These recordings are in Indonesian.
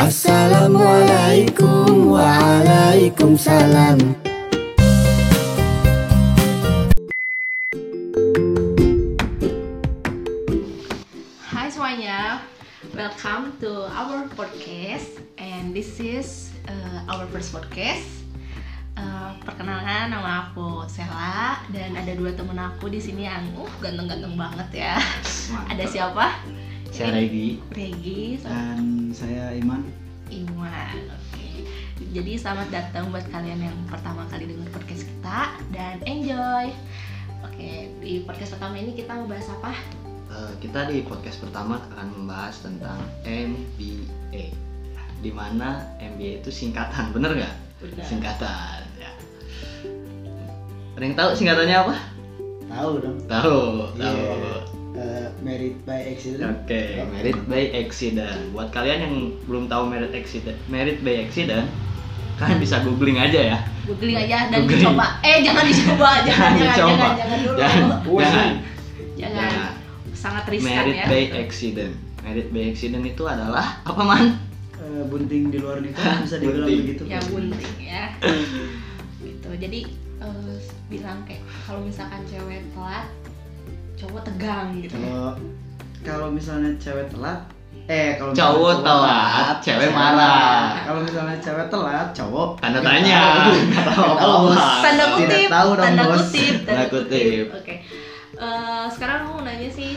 Assalamualaikum waalaikumsalam. Hai semuanya, welcome to our podcast. And this is our first podcast. Perkenalan, nama aku Sela dan ada dua temen aku di sini yang ganteng-ganteng banget ya. Mantap. Ada siapa? Saya Regi dan saya Iman. Iman. Oke. Jadi selamat datang buat kalian yang pertama kali dengar podcast kita dan enjoy. Oke, di podcast pertama ini kita mau bahas apa? Kita di podcast pertama akan membahas tentang MBA, di mana MBA itu singkatan, bener nggak? Benar. Singkatan. Ya. Ada yang tahu singkatannya apa? Tahu dong. Tahu. Yeah. Merit by accident. Oke, merit by accident. Buat kalian yang belum tahu merit by accident, kalian bisa googling aja ya. Googling aja dan Googling. dicoba. Jangan dicoba, jangan Dicoba. dulu. Jangan. Sangat riskan Merit ya. by accident. Merit by accident itu adalah apa, Man? Bunting di luar nikah bisa dibilang Bunting. begitu. Ya bunting ya. Gitu. Jadi bilang kayak kalau misalkan cewek telat, cowok tegang gitu. Kalau misalnya cewek telat, kalau misalnya Cowok telat, cewek marah. Kalau misalnya cewek telat, cowok Tanda nggak tanya. tahu. Nggak tahu Nggak tahu, apa-apa. Bos. Tanda kutip. Tidak tahu dong, Tanda Bos. kutip. Tanda kutip. Oke. Sekarang aku mau nanya sih,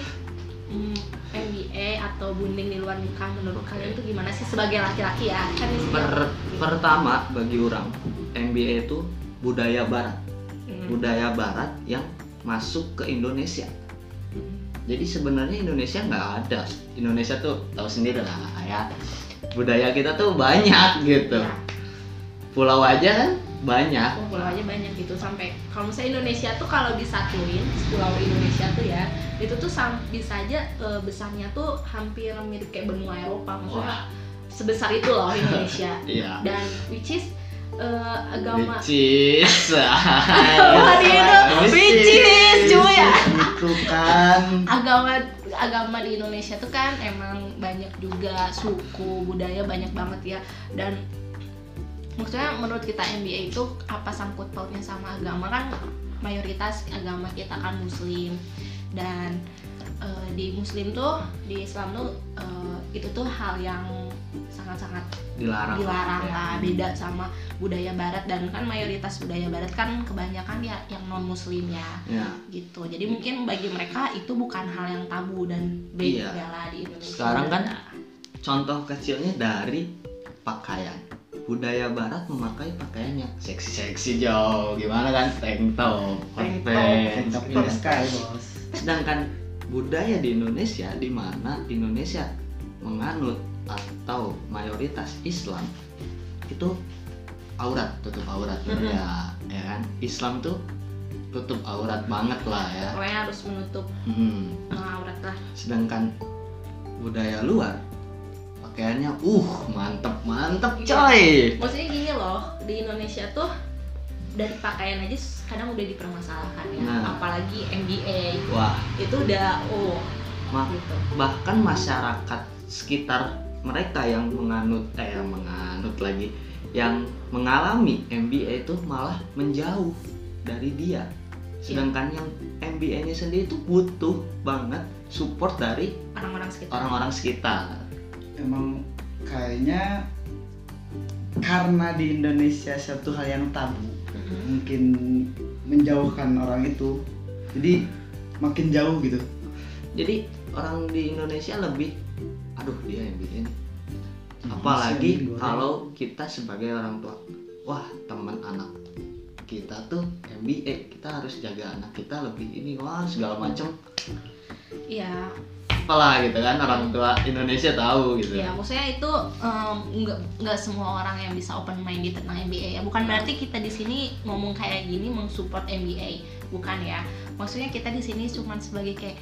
MBA atau bunding di luar nikah menurut kalian tuh gimana sih sebagai laki-laki ya? Kan di sini Pertama bagi orang, MBA itu budaya barat. Budaya barat yang masuk ke Indonesia. Jadi sebenarnya Indonesia nggak ada. Indonesia tuh tahu sendiri lah ya. Budaya kita tuh banyak gitu. Ya. Pulau aja kan banyak. Pulau aja banyak gitu, sampai kalau misalnya Indonesia tuh kalau disatuin pulau Indonesia tuh ya, itu tuh bisa aja besarnya tuh hampir mirip kayak benua Eropa, maksudnya Wah. sebesar itu loh Indonesia. Iya. Dan which is agama Which is which is cuma ya Itu kan. agama di Indonesia tuh kan emang banyak juga suku budaya banyak banget ya. Dan maksudnya menurut kita MBA itu apa sangkut pautnya sama agama? Kan mayoritas agama kita kan Muslim, dan di Muslim tuh, di Islam tuh itu tuh hal yang sangat-sangat dilarang lah, beda sama budaya Barat. Dan kan mayoritas budaya Barat kan kebanyakan ya yang non Muslim ya. Gitu. Jadi mungkin bagi mereka itu bukan hal yang tabu dan beda Iya. lah di Indonesia. Sekarang kan contoh kecilnya dari pakaian. Budaya barat memakai pakaiannya seksi-seksi jauh, gimana kan? Tank top, hot pants, Tapi gitu. sekali, Bos. Sedangkan budaya di Indonesia, di mana Indonesia menganut atau mayoritas Islam, itu aurat, tutup aurat ya kan? Islam tuh tutup aurat banget lah ya. Pokoknya harus menutup aurat lah. Sedangkan budaya luar pakaiannya mantep coy. Maksudnya gini loh, di Indonesia tuh dari pakaian aja kadang udah dipermasalahkan ya. Nah. Apalagi MBA. Wah, Itu udah gitu. bahkan masyarakat sekitar mereka yang menganut lagi, yang mengalami MBA itu malah menjauh dari dia. Sedangkan yang MBA-nya sendiri itu butuh banget support dari Orang-orang sekitar. sekitar. Emang kayaknya karena di Indonesia satu hal yang tabu, mungkin menjauhkan orang itu, jadi makin jauh gitu. Jadi orang di Indonesia lebih, aduh dia MBA nih. Bisa Apalagi digoreng. kalau kita sebagai orang tua, wah teman anak kita tuh MBA, kita harus jaga anak kita lebih ini, wah segala macam. Iya. Apalah gitu kan, orang tua Indonesia tahu gitu. Ya, maksudnya itu nggak semua orang yang bisa open minded tentang MBA ya. Bukan berarti kita di sini ngomong kayak gini mensupport MBA, bukan ya. Maksudnya kita di sini cuma sebagai kayak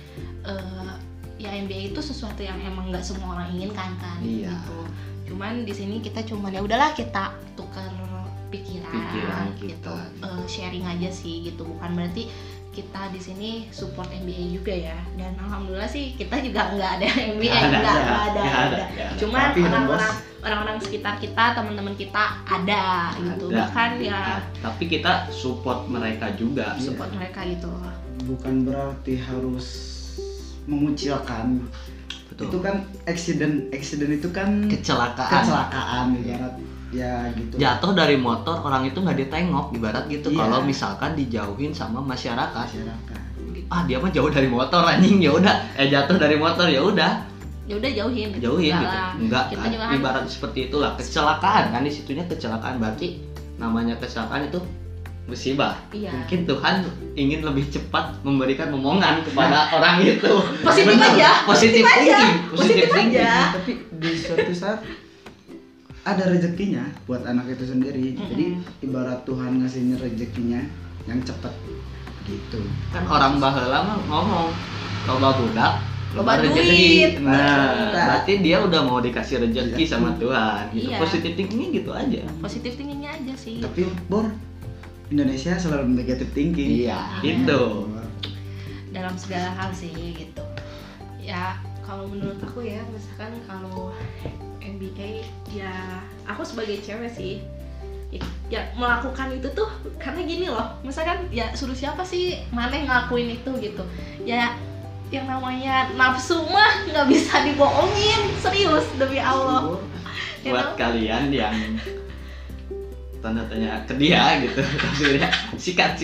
ya MBA itu sesuatu yang emang nggak semua orang inginkan kan. Iya. Gitu. Cuman di sini kita cuman ya udahlah kita tukar pikiran Pikiran gitu. kita. Sharing aja sih gitu. Bukan berarti kita di sini support MBA juga ya, dan alhamdulillah sih kita juga nggak ada MBA, Nggak ada. cuman Tapi dong, Bos. orang-orang sekitar kita, teman-teman kita ada gitu, Ada. bahkan ya Tapi kita support mereka juga. support mereka gitu. Bukan berarti harus mengucilkan. Betul. Itu kan accident itu kan kecelakaan ibarat ya gitu. Jatuh dari motor, orang itu nggak ditengok ibarat gitu. Iya. Kalau misalkan dijauhin sama masyarakat, Masyarakat. dia mah jauh dari motor anjing, ya udah, jatuh dari motor ya udah, Jauhin gitu. lah. Enggak Kita kan, juga kan ibarat seperti itulah kecelakaan kan, di situnya kecelakaan, berarti namanya kecelakaan itu musibah. Iya. Mungkin Tuhan ingin lebih cepat memberikan momongan kepada orang itu. Positif Bener. aja, Positif thinking, positif thinking. aja. Tapi di suatu saat ada rezekinya buat anak itu sendiri. Jadi ibarat Tuhan ngasihnya rezekinya yang cepat gitu. Kan orang baheula mah ngomong loba budak Loba loba duit. rezeki. Nah, Betul. berarti dia udah mau dikasih rezeki Iya. sama Tuhan. Gitu. Iya. Positif thinkingnya gitu aja. positif thinkingnya aja sih. Tapi Bor, Indonesia selalu negative thinking. Iya, itu. Dalam segala hal sih gitu ya. Kalau menurut aku ya, misalkan kalau MBA ya, aku sebagai cewek sih ya melakukan itu tuh karena gini loh, misalkan ya suruh siapa sih Maneh ngelakuin itu gitu ya, yang namanya nafsu mah nggak bisa dibohongin, serius demi Allah. You Buat know? kalian yang tanda tanya ke dia gitu, maksudnya sikat.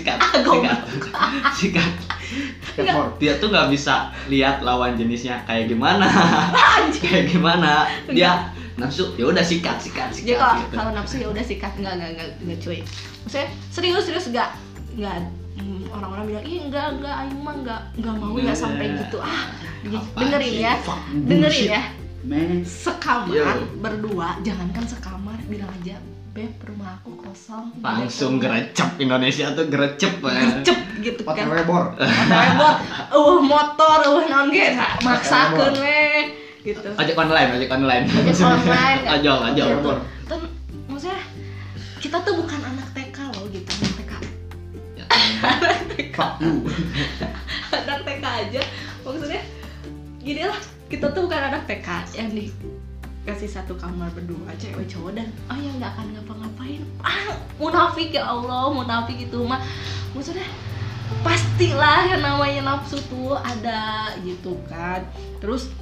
Dia tuh nggak bisa lihat lawan jenisnya kayak gimana, kayak gimana. Dia nafsu, ya udah sikat Jadi gitu. kalau nafsu ya udah sikat, nggak cuy. Maksudnya serius nggak orang-orang bilang ih enggak aing mah nggak mau ya sampai gitu. Dengerin ya, sekamar Yo. berdua, jangankan sekamar, bilang aja beb rumah aku kosong, Langsung gerecep, Indonesia tuh gerecep. gercep gitu kan. OTW Bor. Motor naon ge maksakeun we gitu. Ojek online. Ojek online. Ojol. Gitu. Tuh, maksudnya kita tuh bukan anak TK loh gitu, anak TK. Ya, Fuck you. Anak TK aja. Maksudnya gini lah, kita tuh bukan anak TK yang dikasih satu kamar berdua cewek cowok dan ya nggak akan ngapa-ngapain. Munafik ya Allah, munafik itu mah. Maksudnya pastilah yang namanya nafsu tuh ada gitu kan. Terus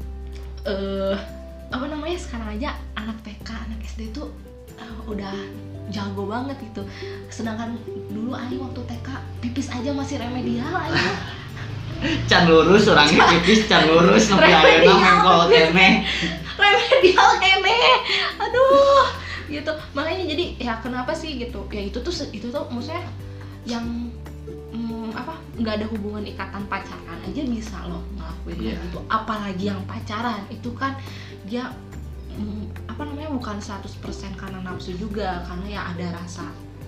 apa namanya, sekarang aja anak TK, anak SD tuh udah jago banget gitu. Sedangkan dulu aing waktu TK pipis aja masih remedial aja. Can lurus orangnya tipis, can lurus nepi ayeuna mengkol keneh. Remedial kene. Aduh, gitu. Makanya jadi ya kenapa sih gitu? Ya itu tuh maksudnya yang nggak ada hubungan ikatan pacaran aja bisa loh ngelakuin kayak gitu. Apalagi yang pacaran itu kan dia bukan 100% karena nafsu juga, karena ya ada rasa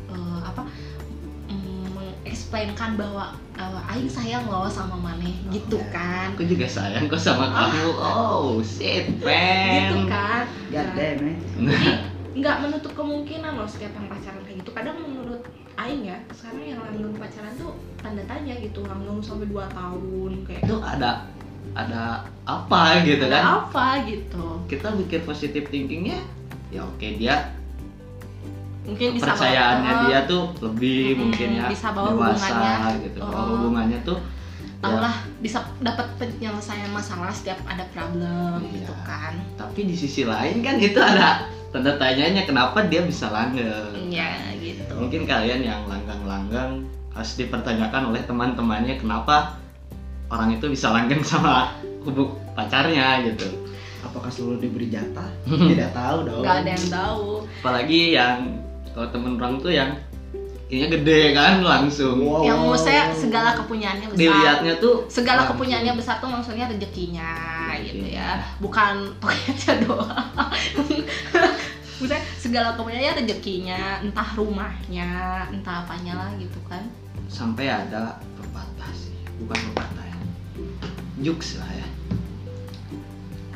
mengeksplainkan bahwa aing sayang loh sama Maneh gitu kan. Aku juga sayang kok sama kamu. Oh shit man. Gitu kan. God damn, Jadi nggak menutup kemungkinan loh setiap yang pacaran kayak gitu. Kadang menurut aing ya, sekarang yang langgeng pacaran tuh tanda tanya gitu, langgeng sampai 2 tahun kayak Itu ada apa gitu ada kan? apa gitu. Kita bikin positive thinkingnya, ya oke, dia Mungkin bisa kepercayaannya bawa, dia tuh lebih mungkin ya bisa bawa dewasa hubungannya. gitu. Bawa hubungannya tuh tau lah, bisa dapat penyelesaian masalah setiap ada problem Iya. gitu kan. Tapi di sisi lain kan itu ada tanda tanyanya, kenapa dia bisa langgeng. Iya gitu. Mungkin kalian yang langgang-langgang harus dipertanyakan oleh teman-temannya kenapa orang itu bisa langgeng sama pacarnya gitu. Apakah selalu diberi jatah? Tidak tahu dong. Gak ada yang tahu. Apalagi yang kalau temen orang tuh yang ininya gede kan langsung. Wow. Yang mau saya segala kepunyaannya besar. Dilihatnya tuh Segala langsung. kepunyaannya besar tuh maksudnya rezekinya gitu Rezekinya. ya. Bukan toiletnya doang. Maksudnya segala kepunyaannya rezekinya, entah rumahnya, entah apanya lah gitu kan. Sampai ada pepatah sih, bukan pepatah ya, jokes lah ya.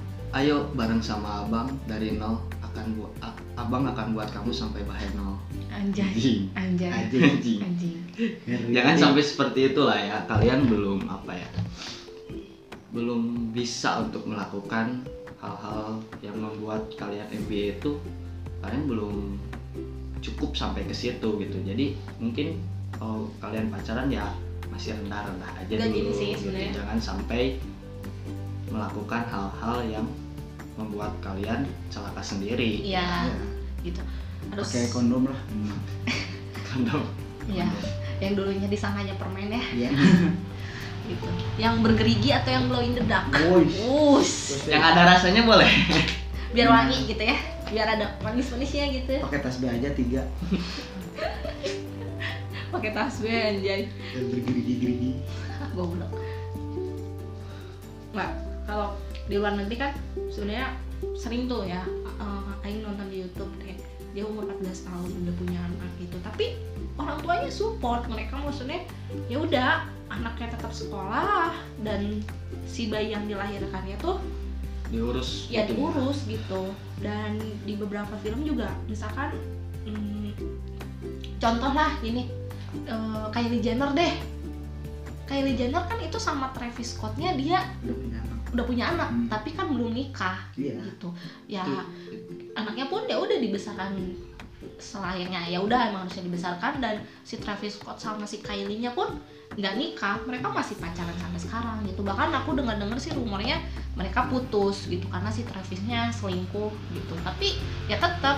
Ayo bareng sama abang dari nol abang akan buat kamu sampai bahe nol. Anjay. Anjay. Anjing. Anjing. Jangan sampai seperti itulah ya. Kalian belum belum bisa untuk melakukan hal-hal yang membuat kalian MBA itu, kalian belum cukup sampai ke situ gitu. Jadi mungkin kalau kalian pacaran ya masih rendah-rendah aja Gak dulu gini sih gitu. sebenarnya. Jangan sampai melakukan hal-hal yang membuat kalian celaka sendiri. Iya, Ya, gitu. Harus pakai kondom lah. Kondom. ya, yang dulunya disangkanya permen ya, Iya. gitu. Yang bergerigi atau yang glow in the dark. Wush. Yang ada rasanya boleh. Biar wangi gitu ya. Biar ada manis-manisnya gitu. Pakai tasbih aja 3 Pakai tasbih anjay. yang bergerigi-gerigi. Goblok. Nggak, kalau di luar negeri kan sebenarnya sering tuh ya, Aing nonton di YouTube kayak dia umur 14 tahun udah punya anak gitu, tapi orang tuanya support mereka, maksudnya ya udah anaknya tetap sekolah dan si bayi yang dilahirkannya tuh Diurus. ya gitu. diurus gitu. Dan di beberapa film juga misalkan contoh lah gini, Kylie Jenner deh. Kylie Jenner kan itu sama Travis Scott-nya dia Udah punya anak. udah punya anak, tapi kan belum nikah Iya. gitu. Ya anaknya pun ya udah dibesarkan selayaknya, ya udah emang harusnya dibesarkan. Dan si Travis Scott sama si Kylie-nya pun nggak nikah, mereka masih pacaran sampai sekarang gitu. Bahkan aku dengar sih rumornya mereka putus gitu karena si Travisnya selingkuh gitu. Tapi ya tetap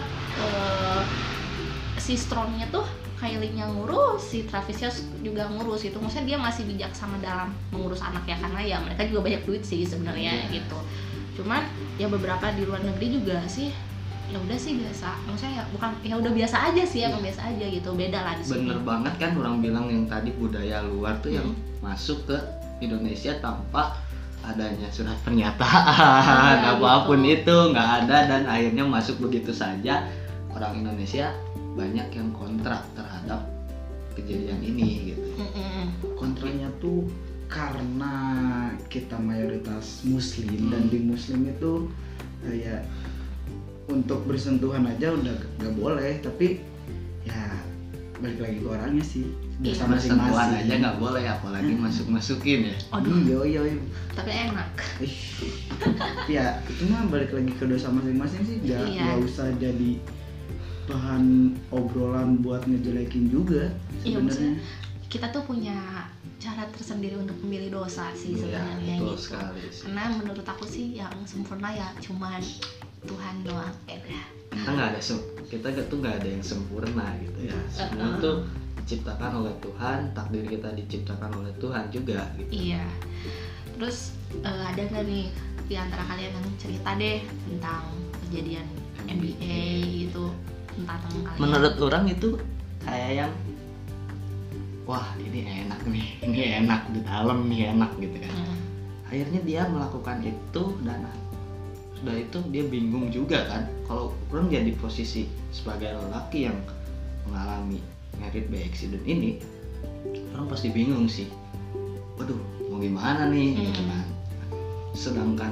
si Stormnya tuh Kylie-nya ngurus, si Travisnya juga ngurus itu. Maksudnya dia masih bijaksana dalam mengurus anak ya, karena ya mereka juga banyak duit sih sebenarnya gitu. Cuman ya beberapa di luar negeri juga sih ya udah sih biasa. Maksudnya ya bukan ya udah biasa aja sih, emang biasa aja gitu. Beda lah di sini. Bener banget kan orang bilang yang tadi budaya luar tuh yang masuk ke Indonesia tanpa adanya surat pernyataan Ya, apapun gitu. itu nggak ada, dan akhirnya masuk begitu saja. Orang Indonesia banyak yang kontra terhadap kejadian ini gitu. Kontranya tuh karena kita mayoritas muslim dan di muslim itu ya untuk bersentuhan aja udah gak boleh, tapi ya balik lagi ke orangnya sih. Iya, Sama Sentuhan masing-masing aja nggak boleh, apalagi masuk-masukin ya. Aduh, Iya. tapi enak. Ya itu mah balik lagi ke dosa masing-masing sih, Iya. gak usah jadi bahan obrolan buat ngejelekin juga Iya, sebenarnya. Kita tuh punya cara tersendiri untuk memilih dosa sih sebenarnya Betul gitu. sekali sih. Karena menurut aku sih yang sempurna ya cuman Tuhan doang. Kita tuh nggak ada yang sempurna gitu ya. Semua tuh diciptakan oleh Tuhan, takdir kita diciptakan oleh Tuhan juga gitu. Iya. Terus ada nggak nih di antara kalian yang cerita deh tentang kejadian MBA gitu, tentang teman kalian? Menurut orang itu kayak yang wah ini enak nih, ini enak di dalam nih enak gitu kan. Akhirnya dia melakukan itu dan sudah itu dia bingung juga kan. Kalau orang jadi posisi sebagai lelaki yang mengalami married by accident ini, orang pasti bingung sih. Waduh, mau gimana nih gitu kan. Sedangkan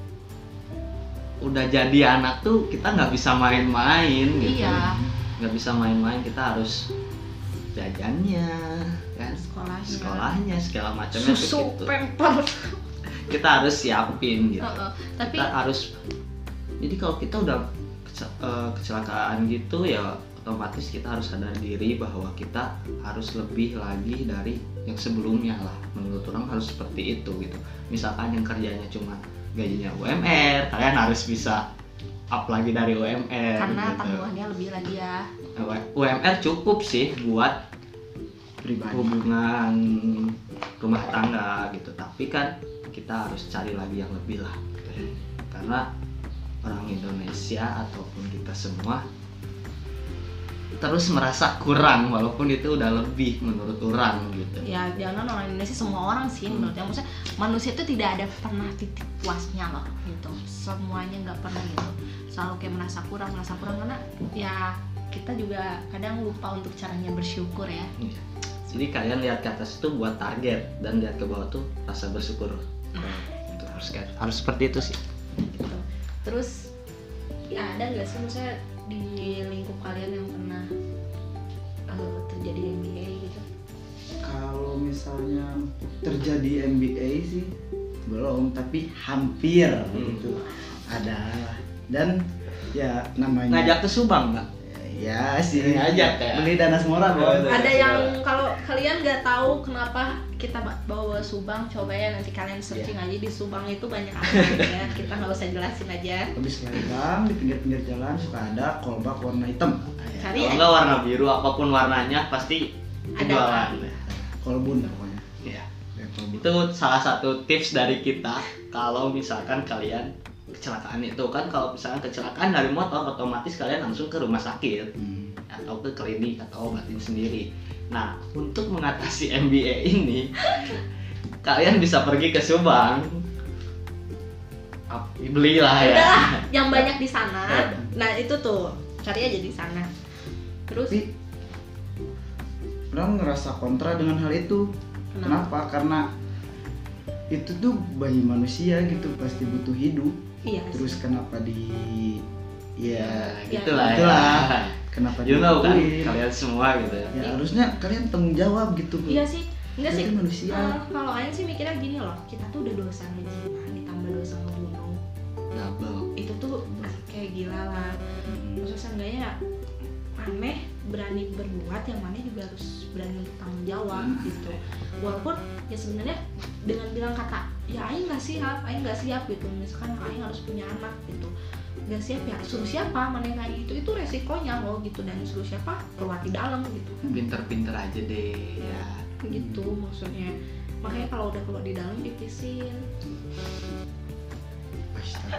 udah jadi anak tuh kita nggak bisa main-main gitu. Iya. Nggak bisa main-main, kita harus jajannya kan, sekolahnya segala macamnya susu, begitu. pamper. Kita harus siapin gitu. Tapi Kita harus, jadi kalau kita udah kecelakaan gitu ya otomatis kita harus sadar diri bahwa kita harus lebih lagi dari yang sebelumnya lah. Menurut orang harus seperti itu gitu. Misalkan yang kerjanya cuma gajinya UMR, kalian harus bisa up lagi dari UMR karena gitu. tanggungannya lebih lagi ya. UMR cukup sih buat Pribadi. hubungan rumah tangga gitu, tapi kan kita harus cari lagi yang lebih lah gitu. Karena orang Indonesia ataupun kita semua terus merasa kurang walaupun itu udah lebih menurut orang gitu. Ya jangan orang Indonesia, semua orang sih menurutnya. Maksudnya manusia itu tidak ada pernah titik puasnya loh gitu. Semuanya nggak pernah gitu. Selalu kayak merasa kurang karena ya kita juga kadang lupa untuk caranya bersyukur ya. Iya. Jadi kalian lihat ke atas itu buat target dan lihat ke bawah tuh rasa bersyukur. Itu harus seperti itu sih. Gitu. Terus ya ada nggak sih maksudnya di lingkup kalian yang pernah terjadi MBA gitu? Kalau misalnya terjadi MBA sih belum, tapi hampir gitu ada. Dan ya namanya Ngajak ke Subang nggak? ya sih Ngajak ya? beli dana semora Oh, dong. Ada yang kalau kalian nggak tahu kenapa kita bawa Subang, coba ya nanti kalian searching aja di Subang itu banyak apa ya. Kita nggak usah jelasin aja. Habis lelang di pinggir-pinggir jalan suka ada kolbak warna hitam, Cari Kalau aja. nggak warna biru, apapun warnanya pasti Ada jualan. kolbun pokoknya. Iya. Ya, kolbun. Itu salah satu tips dari kita kalau misalkan kalian kecelakaan itu kan, kalau misalkan kecelakaan dari motor otomatis kalian langsung ke rumah sakit atau ke klinik atau obatin sendiri. Nah, untuk mengatasi MBA ini kalian bisa pergi ke Subang, belilah ya. Udah, yang banyak di sana. Nah itu tuh cari aja di sana. Terus Tapi orang ngerasa kontra dengan hal itu. Kenapa? Karena itu tuh bayi manusia gitu, pasti butuh hidup. iya. Terus kenapa ya Gitulah itulah. ya. Kenapa You know kan, dibutuhin? kalian semua gitu ya. Ya harusnya kalian tanggung jawab gitu. Iya sih. Enggak sih. Kita manusia. Kalau Aing sih mikirnya gini loh, kita tuh udah dosa ngezina ditambah dosa ngebunuh. Double. Itu tuh kayak gila lah. Maksudnya seenggaknya ya aneh berani berbuat, yang mana juga harus berani untuk tanggung jawab gitu. Walaupun ya sebenarnya dengan bilang kata ya Aing nggak siap gitu, misalkan Aing harus punya anak gitu, nggak siap ya suruh siapa, mana yang kayak gitu, itu resikonya loh gitu, dan suruh siapa keluar di dalam gitu. Pinter-pinter aja deh ya. Gitu maksudnya, makanya kalau udah keluar di dalam dipisin. Astaga.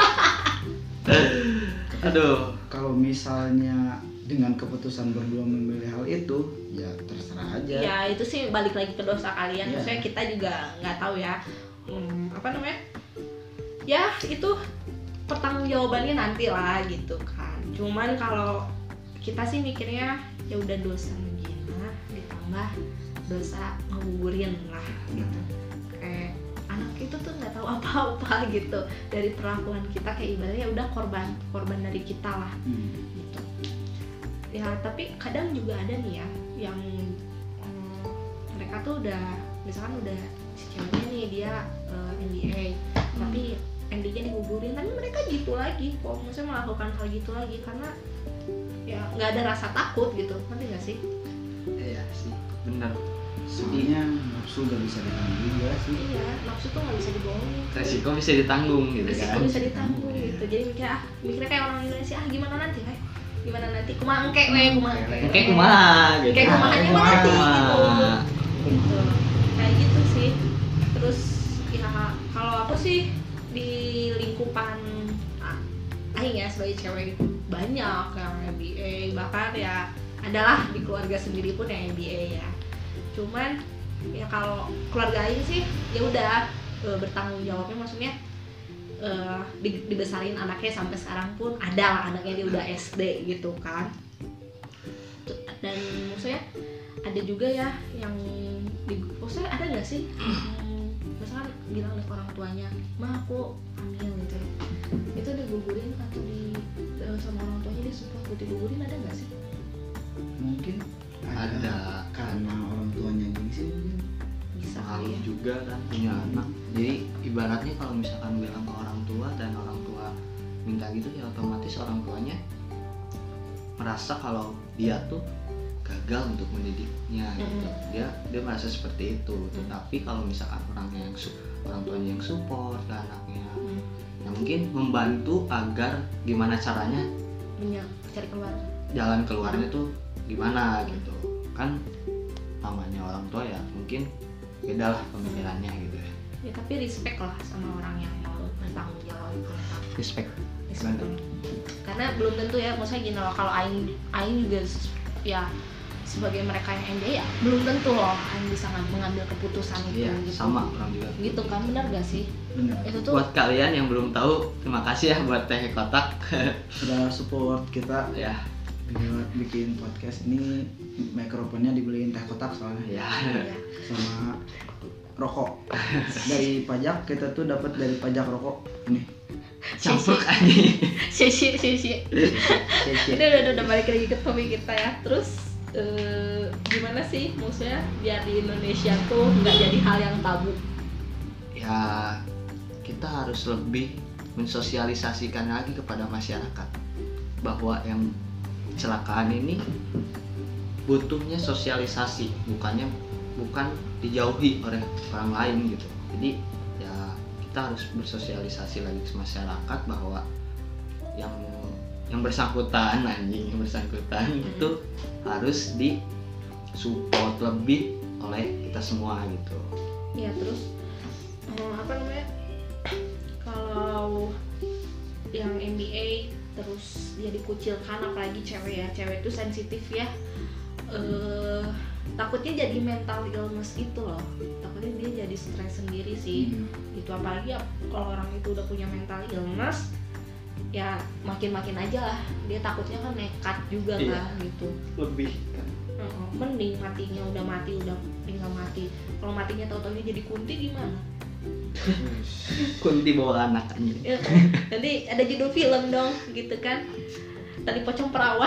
Aduh. Kalau misalnya dengan keputusan berdua memilih hal itu, ya terserah aja. Ya itu sih balik lagi ke dosa kalian. Iya. Maksudnya kita juga nggak tahu ya, apa namanya, ya itu pertanggungjawabannya nanti lah gitu kan. Cuman kalau kita sih mikirnya ya udah dosa menghina ditambah dosa ngegugurin lah gitu. Kayak anak itu tuh nggak tahu apa-apa gitu dari perlakuan kita, kayak ibaratnya udah korban dari kita lah gitu. Ya tapi kadang juga ada nih ya yang mereka tuh udah misalkan udah si ceweknya nih dia MBA tapi endingnya digugurin, tapi mereka gitu lagi kok, maksudnya melakukan hal gitu lagi karena ya nggak ada rasa takut gitu, ngerti nggak sih? Iya sih, bener. Soalnya nafsu gak bisa ditanggung juga sih. Iya, nafsu tuh nggak bisa dibohongin. Resiko bisa ditanggung gitu Resiko kan. bisa ditanggung gitu. Jadi mikirnya kayak orang Indonesia, gimana nanti kayak gimana nanti kumaha engke we kumaha Oke, kumaha gitu. Kayak kumahanya mah nanti gitu. Kumaha. Gitu. Kayak gitu sih. Terus ya kalau aku sih di lingkupan Aing ya sebagai cewek gitu banyak yang MBA, bahkan ya adalah di keluarga sendiri pun yang MBA ya. Cuman ya kalau keluarga Aing sih ya udah bertanggung jawabnya, maksudnya dibesarin anaknya sampai sekarang pun ada lah anaknya, dia udah SD gitu kan. Dan maksudnya ada juga ya yang maksudnya ada nggak sih misalkan bilang ke orang tuanya, "Ma aku hamil" gitu ya, itu digugurin atau sama orang tuanya disuruh digugurin, ada nggak sih? Mungkin Ada. karena orang tuanya gengsi mungkin. Bisa Malu kali ya. juga kan punya anak. Jadi ibaratnya kalau misalkan bilang ke orang tua dan orang tua minta gitu, ya otomatis orang tuanya merasa kalau dia tuh gagal untuk mendidiknya gitu. Dia merasa seperti itu. Tetapi kalau misalkan orang tuanya yang support ke anaknya, ya mungkin membantu agar gimana caranya Cari keluar. jalan keluarnya tuh gimana gitu kan. Namanya orang tua ya mungkin beda lah pemikirannya gitu ya. Ya tapi respect lah sama orang yang mau bertanggung jawab itu. Respect. Respect. Karena belum tentu ya, maksudnya gini loh, kalau Aing juga ya sebagai mereka yang MBA ya belum tentu loh Aing bisa mengambil keputusan itu. Iya, gitu. sama orang juga. Gitu kan, benar gak sih? Benar. Itu tuh Buat kalian yang belum tahu, terima kasih ya buat Teh Kotak. Sudah support kita Ya, buat bikin podcast ini. Mikrofonnya dibeliin Teh Kotak soalnya. ya. ya. Sama rokok. Dari pajak kita tuh dapat dari pajak rokok ini. Campur anjing. Sisi. Cece. Udah balik lagi ke topik kita ya. Terus gimana sih maksudnya biar di Indonesia tuh nggak jadi hal yang tabu? Ya kita harus lebih mensosialisasikan lagi kepada masyarakat bahwa yang kecelakaan ini butuhnya sosialisasi, bukan dijauhi oleh orang lain gitu. Jadi ya kita harus bersosialisasi lagi ke masyarakat bahwa yang bersangkutan itu harus di support lebih oleh kita semua gitu. Ya terus apa namanya, kalau yang MBA terus dia dikucilkan, apalagi cewek ya, cewek itu sensitif ya, takutnya jadi mental illness gitu loh, takutnya dia jadi stres sendiri sih. Itu apalagi ya, kalau orang itu udah punya mental illness ya makin aja lah dia takutnya kan nekat juga kan gitu. Lebih kan. Mending matinya udah tinggal mati. Kalau matinya tahu-tahunya jadi kunti gimana? Kunti bawa anak aja. Ya, nanti ada judul film dong gitu kan. Tadi pocong perawan.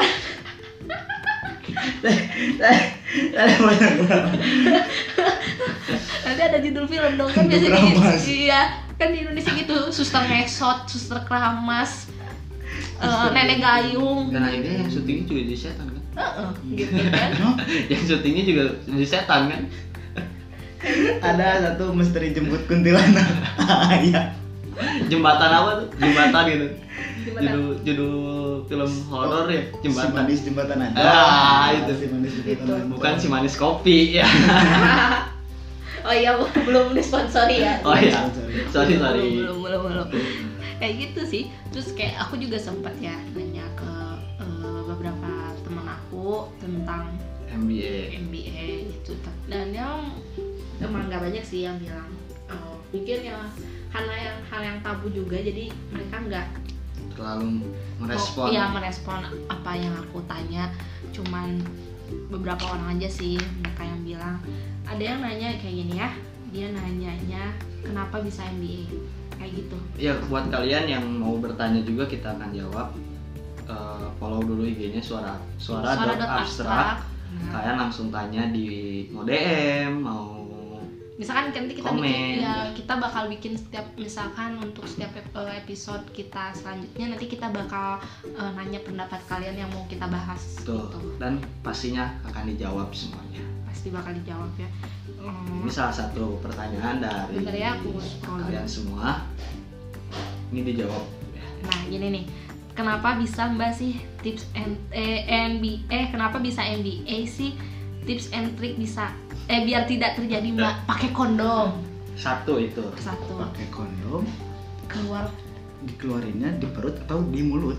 Nanti ada judul film dong kan biasanya gitu. Iya, kan di Indonesia gitu, suster ngesot, suster keramas, nenek gayung. Dan akhirnya yang syutingnya juga jadi setan kan? Gitu kan. Yang syutingnya juga jadi setan kan? Ada satu misteri jemput kuntilanak. Iya. Jembatan apa tuh? Jembatan gitu. Jembatan. Judul film horor ya, Si manis jembatan ada. Itu. Si manis jembatan Gitu. ada. Bukan si manis kopi ya. Oh iya, belum disponsori ya. Oh iya. Sorry. Belum. Kayak gitu sih. Terus kayak aku juga sempat ya nanya ke beberapa teman aku tentang MBA gitu. Dan yang emang nggak banyak sih yang bilang mungkin ya karena hal yang tabu juga, jadi mereka nggak terlalu merespon. merespon apa yang aku tanya. Cuman beberapa orang aja sih mereka yang bilang. Ada yang nanya kayak gini ya, dia nanyanya kenapa bisa MBA kayak gitu. Ya buat kalian yang mau bertanya juga kita akan jawab. Follow dulu IG-nya suara.abstrak. Kalian langsung tanya di mau DM, mau Misalkan nanti kita komen. kita bakal bikin misalkan untuk setiap episode kita selanjutnya nanti kita bakal nanya pendapat kalian yang mau kita bahas. tuh. Gitu. Dan pastinya akan dijawab semuanya. Pasti bakal dijawab ya. Ini salah satu pertanyaan dari Bentar ya, aku scroll dulu. kalian semua. Ini dijawab ya. Nah gini nih, kenapa bisa Mbak sih tips MBA? Kenapa bisa MBA sih? Tips and trick bisa biar tidak terjadi Mbak pakai kondom. Satu itu. Satu, Pakai kondom, keluar. dikeluarinnya di perut atau di mulut.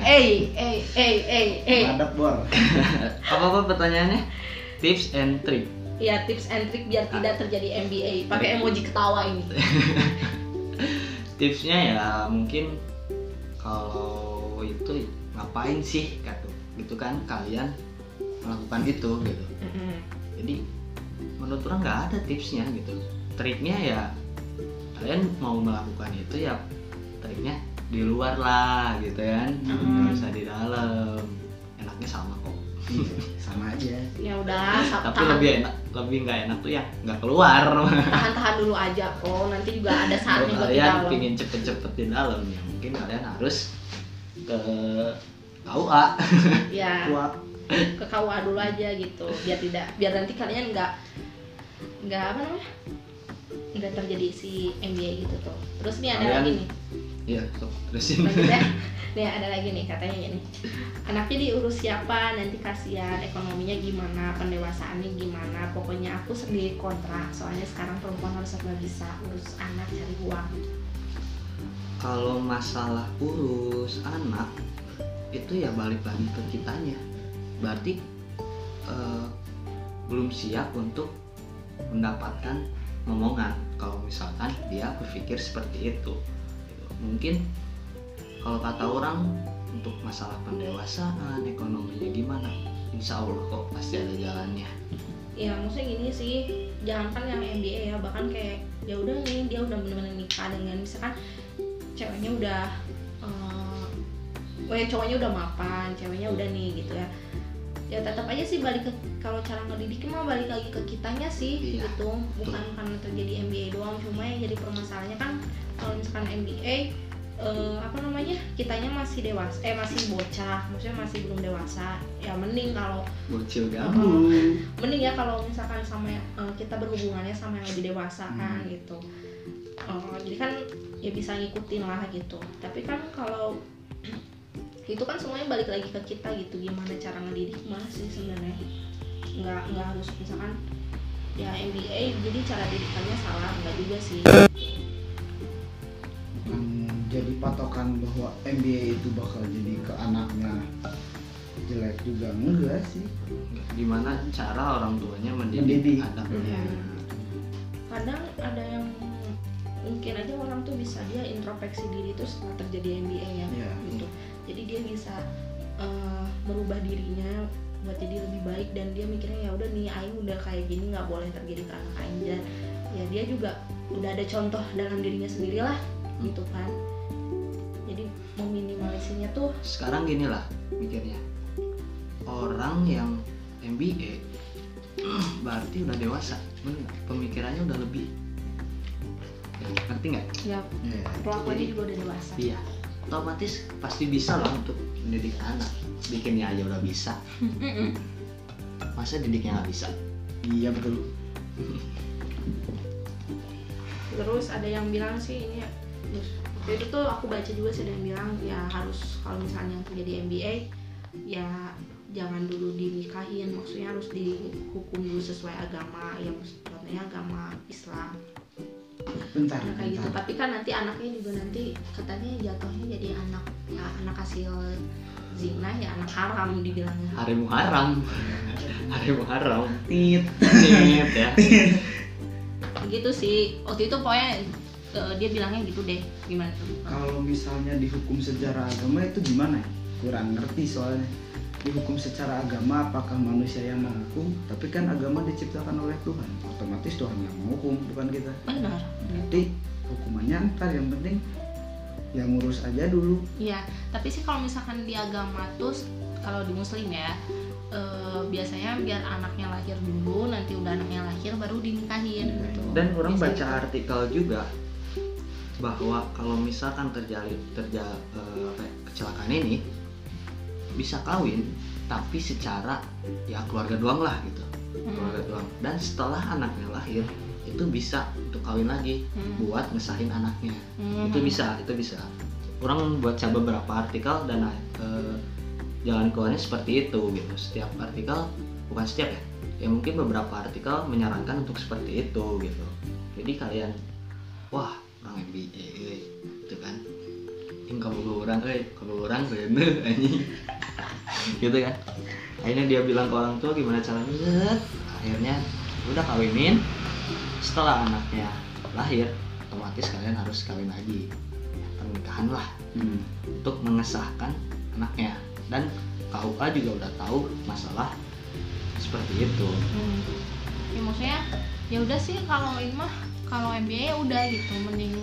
Hadap bor. Apa pertanyaannya? Tips and trick. Ya tips and trick biar tidak terjadi MBA. Pakai emoji ketawa ini. Tipsnya ya mungkin kalau itu ngapain sih gitu kan kalian melakukan itu gitu. Jadi menurut orang nggak ada tipsnya gitu. Triknya ya kalian mau melakukan itu ya triknya di luar lah gitu kan, nggak usah di dalam. Enaknya sama kok. Sama aja. Ya udah, Tapi lebih nggak enak tuh ya nggak keluar. tahan dulu aja kok. Nanti juga ada saatnya Kalau buat di kalian dalam. pingin cepet-cepet di dalam ya mungkin kalian harus ke KUA. Ya. Kuat. Ke KUA dulu aja gitu. Biar nanti kalian nggak apa namanya? Nggak terjadi si MBA gitu tuh. Terus nih ada Kalian- lagi nih. Iya, terusin. Lanjut ya. Nih ada lagi nih katanya gini. Anaknya diurus siapa? Nanti kasihan, ekonominya gimana, pendewasaannya gimana. Pokoknya aku sendiri kontra. Soalnya sekarang perempuan harus serba bisa urus anak, cari uang. Kalau masalah urus anak itu ya balik lagi ke kitanya. Berarti belum siap untuk mendapatkan momongan kalau misalkan dia berpikir seperti itu. Mungkin kalau kata orang untuk masalah pendewasaan, ekonominya gimana, insya Allah kok pasti ada jalannya. Ya maksudnya gini sih, jangankan yang MBA ya, bahkan kayak ya udah nih dia udah bener-bener nikah dengan misalkan ceweknya udah cowoknya udah mapan, ceweknya udah nih gitu ya. ya tetap aja sih balik ke, kalau cara ngedidik mah balik lagi ke kitanya sih Iya, gitu, bukan karena terjadi MBA doang. Cuma yang jadi permasalahannya kan kalau misalkan MBA kitanya masih dewasa, masih bocah, maksudnya masih belum dewasa, ya mending kalau bocil gabung. mending ya kalau misalkan sama kita berhubungannya sama yang lebih dewasa kan gitu. Jadi kan ya bisa ngikutin lah gitu. Tapi kan kalau itu kan semuanya balik lagi ke kita gitu, gimana cara ngedidik mah sih sebenarnya. Nggak harus misalkan ya MBA jadi cara didikannya salah, nggak juga sih. Jadi patokan bahwa MBA itu bakal jadi ke anaknya jelek juga enggak sih. Gimana cara orang tuanya mendidik anaknya. Kadang ada yang mungkin aja orang tuh bisa dia introspeksi diri tuh setelah terjadi MBA ya gitu. Jadi dia bisa merubah dirinya buat jadi lebih baik, dan dia mikirnya ya udah nih aing udah kayak gini, nggak boleh terjadi ke anak aing. Ya dia juga udah ada contoh dalam dirinya sendiri lah gitu kan. Jadi meminimalisirnya tuh Sekarang gini lah mikirnya, orang yang MBA berarti udah dewasa, pemikirannya udah lebih, ngerti nggak? ya pelakuannya juga udah dewasa. Iya, otomatis pasti bisa lah untuk mendidik anak. Bikinnya aja udah bisa, masa didiknya nggak bisa? Iya betul. Terus ada yang bilang sih ini ya, waktu itu tuh aku baca juga sih, ada yang bilang ya harus kalau misalnya terjadi MBA ya jangan dulu dinikahin, maksudnya harus dihukum dulu sesuai agama, yang maksudnya agama Islam. Bentar. Kayak gitu. Tapi kan nanti anaknya juga nanti katanya jatuhnya jadi anak hasil zina, ya anak haram dibilangnya. Harimu haram, harimu haram, tit ya. Gitu sih waktu itu pokoknya dia bilangnya gitu deh. Gimana tuh? Kalau misalnya dihukum secara agama itu gimana ya? Kurang ngerti soalnya. Dihukum secara agama apakah manusia yang menghukum? Tapi kan agama diciptakan oleh Tuhan, otomatis Tuhan yang menghukum, bukan kita. Benar. Jadi hukumannya ntar, yang penting yang ngurus aja dulu. Iya, tapi sih kalau misalkan di agama tuh, kalau di Muslim ya, biasanya biar anaknya lahir dulu, nanti udah anaknya lahir baru dinikahin gitu. Dan orang Biasanya baca gitu. artikel juga bahwa kalau misalkan kecelakaan ini bisa kawin, tapi secara ya keluarga doang lah gitu, keluarga doang. Dan setelah anaknya lahir itu bisa untuk kawin lagi buat ngesahin anaknya. Itu bisa. Orang buat coba beberapa artikel dan jalan keluarnya seperti itu gitu. Setiap artikel, bukan setiap ya mungkin beberapa artikel menyarankan untuk seperti itu gitu. Jadi kalian, wah orang MBA gitu kan, kalau orang bener anjing gitu kan. Akhirnya dia bilang ke orang tua gimana caranya, akhirnya udah kawinin. Setelah anaknya lahir, otomatis kalian harus kawin lagi, pernikahan lah, untuk mengesahkan anaknya. Dan KUA juga udah tahu masalah seperti itu. Ya maksudnya ya udah sih, kalau ini mah kalau MBA ya udah gitu, mending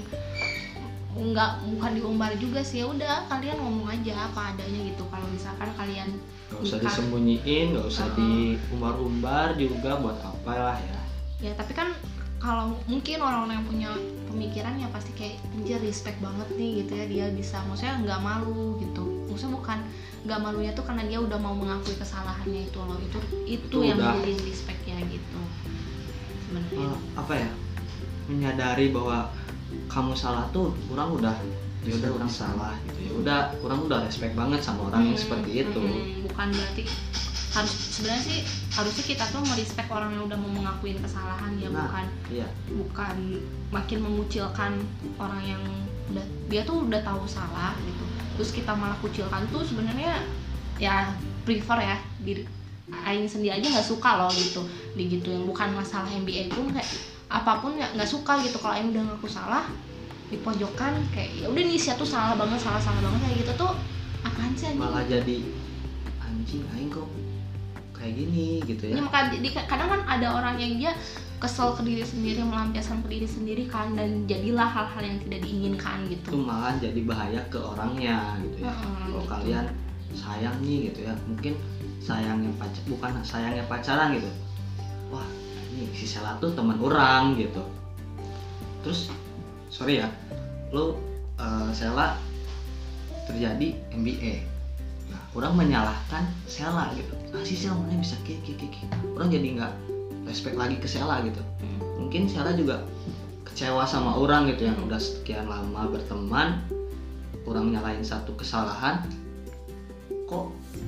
bukan diumbar juga sih, ya udah kalian ngomong aja apa adanya gitu. Kalau misalkan kalian Gak usah disembunyiin, gak usah diumbar-umbar juga, buat apa lah ya. Ya tapi kan kalau mungkin orang-orang yang punya pemikiran ya pasti kayak anjir respect banget nih gitu ya, dia bisa, maksudnya nggak malu gitu. Maksudnya bukan nggak malunya tuh karena dia udah mau mengakui kesalahannya itu loh, itu yang jadi respectnya gitu sebenarnya. Apa ya, menyadari bahwa kamu salah tuh orang udah ya udah orang salah gitu, ya udah orang udah respect banget sama orang yang seperti itu. Bukan berarti harus, sebenarnya sih harusnya kita tuh merespect orang yang udah mau mengakuin kesalahan ya. Bukan makin mengucilkan orang yang dia tuh udah tahu salah gitu, terus kita malah kucilkan tuh sebenarnya ya prefer ya diri aing sendiri aja nggak suka loh gitu digituin. Bukan masalah MBA pun kayak apapun nggak suka gitu kalau aing udah ngaku salah dipojokkan kayak ya udah nih siapa tuh salah banget kayak gitu tuh apaan sih anjing? Malah jadi anjing aing kok kayak gini gitu ya. Kadang kan ada orang yang dia kesel ke diri sendiri, melampiaskan ke diri sendiri kan, dan jadilah hal-hal yang tidak diinginkan gitu. Itu malah jadi bahaya ke orangnya gitu ya. Kalau kalian sayang nih gitu ya, mungkin bukan sayangnya pacaran gitu, wah ini si Sela tuh teman orang gitu. Terus sorry ya, lu Sela terjadi MBA, nah orang menyalahkan Sela gitu, si Sela mana bisa orang jadi nggak respect lagi ke Sela gitu. Mungkin Sela juga kecewa sama orang gitu yang udah sekian lama berteman, orang nyalain satu kesalahan, kok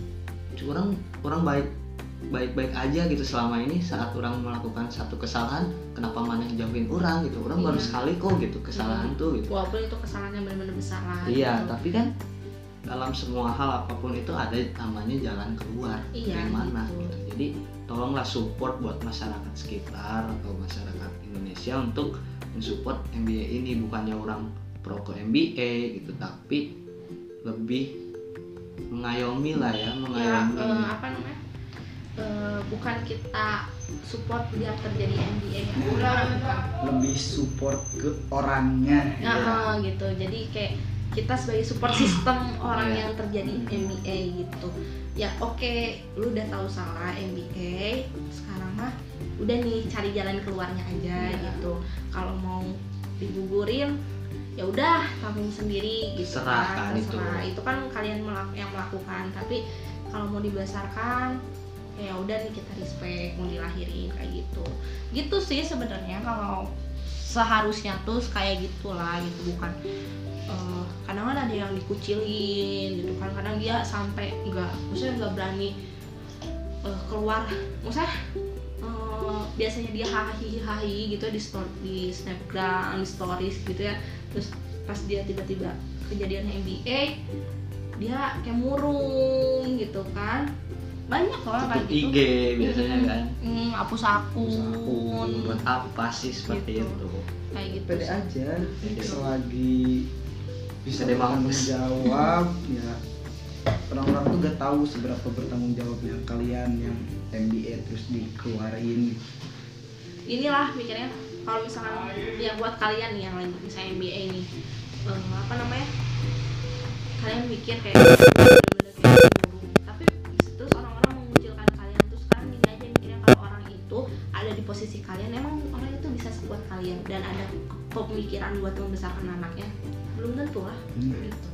orang baik aja gitu selama ini, saat orang melakukan satu kesalahan kenapa mana jauhin orang gitu, orang baru sekali kok gitu kesalahan tuh gitu. Walaupun itu kesalahannya benar-benar besar lah. Iya, gitu. tapi kan dalam semua hal apapun itu ada namanya jalan keluar dari mana gitu. Jadi tolonglah support buat masyarakat sekitar atau masyarakat Indonesia untuk mensupport MBA ini, bukannya orang pro ke MBA gitu, tapi lebih mengayomi lah ya, mengayomi. Apa namanya? Bukan kita support biar terjadi MBA ya. Lebih support ke orangnya. Gitu. Jadi kayak kita sebagai support sistem orang yang terjadi MBA gitu. Ya oke, lu udah tahu salah MBA, sekarang mah udah nih cari jalan keluarnya aja gitu. Kalau mau digugurin ya udah tanggung sendiri gitu. Serahkan terserah. Itu kan kalian yang melakukan, tapi kalau mau dibesarkan ya udah nih kita respect, mau dilahirin kayak gitu sih sebenarnya. Kalau seharusnya tuh kayak gitulah gitu, bukan kadang kan ada yang dikucilin gitu kan, kadang dia sampai nggak berani keluar, maksudnya biasanya dia hahi gitu di snapgram, di stories gitu ya, terus pas dia tiba-tiba kejadian MBA dia kayak murung gitu kan. Banyak orang kayak gitu. IG biasanya kan. Hapus akun. Buat apa sih seperti gitu. itu? Kayak gitu. Pede aja, selagi bisa Pede bertanggung mampus. jawab ya. Orang-orang tuh gak tahu seberapa bertanggung jawabnya kalian yang MBA terus dikeluarin. Inilah mikirnya kalau misalkan ya buat kalian nih yang lagi misalnya MBA nih, apa namanya? Kalian mikir kayak bener-bener kayak burung, tapi terus orang-orang mengucilkan kalian, terus kalian gini aja mikirnya kalau orang itu ada di posisi kalian, emang orang itu bisa sekuat kalian dan ada pemikiran buat membesarkan anaknya, belum tentu lah. Gitu.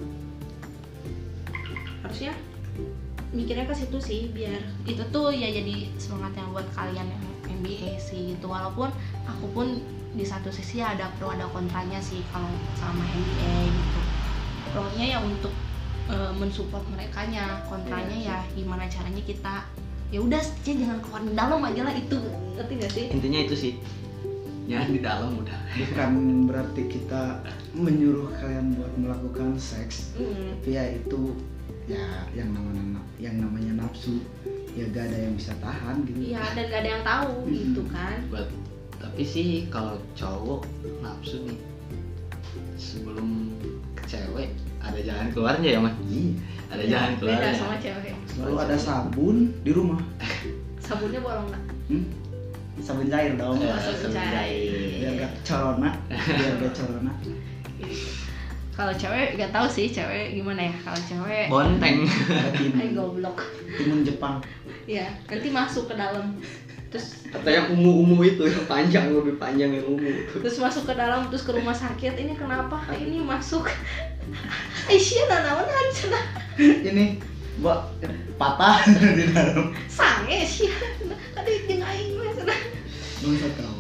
Harusnya mikirnya ke situ sih, biar itu tuh ya jadi semangat yang buat kalian yang MBA sih gitu. Walaupun aku pun di satu sisi ada pro ada kontranya sih kalau sama MBA gitu. Pro-nya ya untuk mensupport merekanya, kontranya ya gimana caranya kita ya udah jangan keluar di dalam aja lah, itu ngerti gak sih? Intinya itu sih, jangan di dalam udah. Bukan berarti kita menyuruh kalian buat melakukan seks, tapi ya itu ya yang namanya nafsu ya gak ada yang bisa tahan gitu. Iya, dan gak ada yang tahu gitu kan. Tapi sih kalau cowok nafsu nih, sebelum ke cewek ada jalan keluarnya ya mas. Ada jalan keluarnya. Beda sama cewek. Selalu ada sabun di rumah. Sabunnya bolong nggak? Sabun cair dong. Sabun cair. Biar gak corona. Kalau cewek nggak tahu sih, cewek gimana ya? Kalau cewek Bonteng. Ada goblok. timun Jepang. Ya, nanti masuk ke dalam. Terus Atau yang ungu itu yang panjang, lebih panjang yang ungu. terus masuk ke dalam, terus ke rumah sakit. Ini kenapa? Ini masuk. Aisyah nanawan sana. Ini patah di dalam. Sange sih. Tadi jeung aing mah sana. Bangsa kau.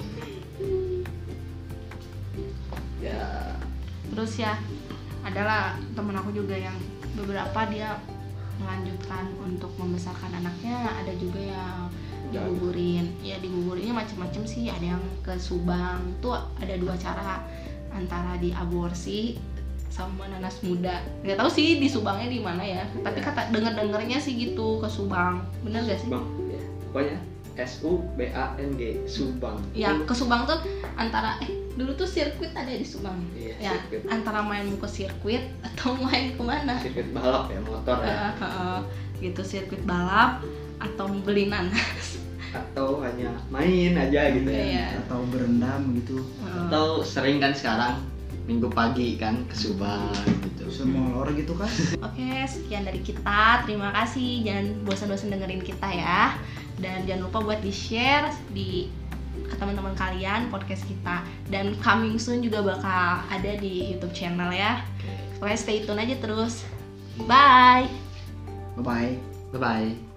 Ya. Terus ya adalah temen aku juga yang beberapa dia melanjutkan untuk membesarkan anaknya, ada juga yang digugurin. Ya digugurinnya macam-macam sih, ada yang ke Subang. Tuh ada dua cara, antara diaborsi sama nanas muda. Nggak tahu sih di Subangnya di mana ya, tapi kata dengernya sih gitu, ke Subang. Bener gak sih? Subang. Ya. Pokoknya SUBANG, Subang. Ya ke Subang tuh antara dulu tuh sirkuit ada di Subang. Iya, Ya sirkuit. antara main ke sirkuit atau main kemana? Sirkuit balap ya, motor ya. Gitu, sirkuit balap atau beli nanas. Atau hanya main aja gitu ya. Iya. Atau berendam gitu. Atau sering kan sekarang Minggu pagi kan ke Subang gitu. Semua orang gitu kan. Oke, sekian dari kita. Terima kasih. Jangan bosan-bosan dengerin kita ya. Dan jangan lupa buat di-share ke teman-teman kalian podcast kita. Dan coming soon juga bakal ada di YouTube channel ya. Pokoknya stay tune aja terus. Bye. Bye bye. Bye bye.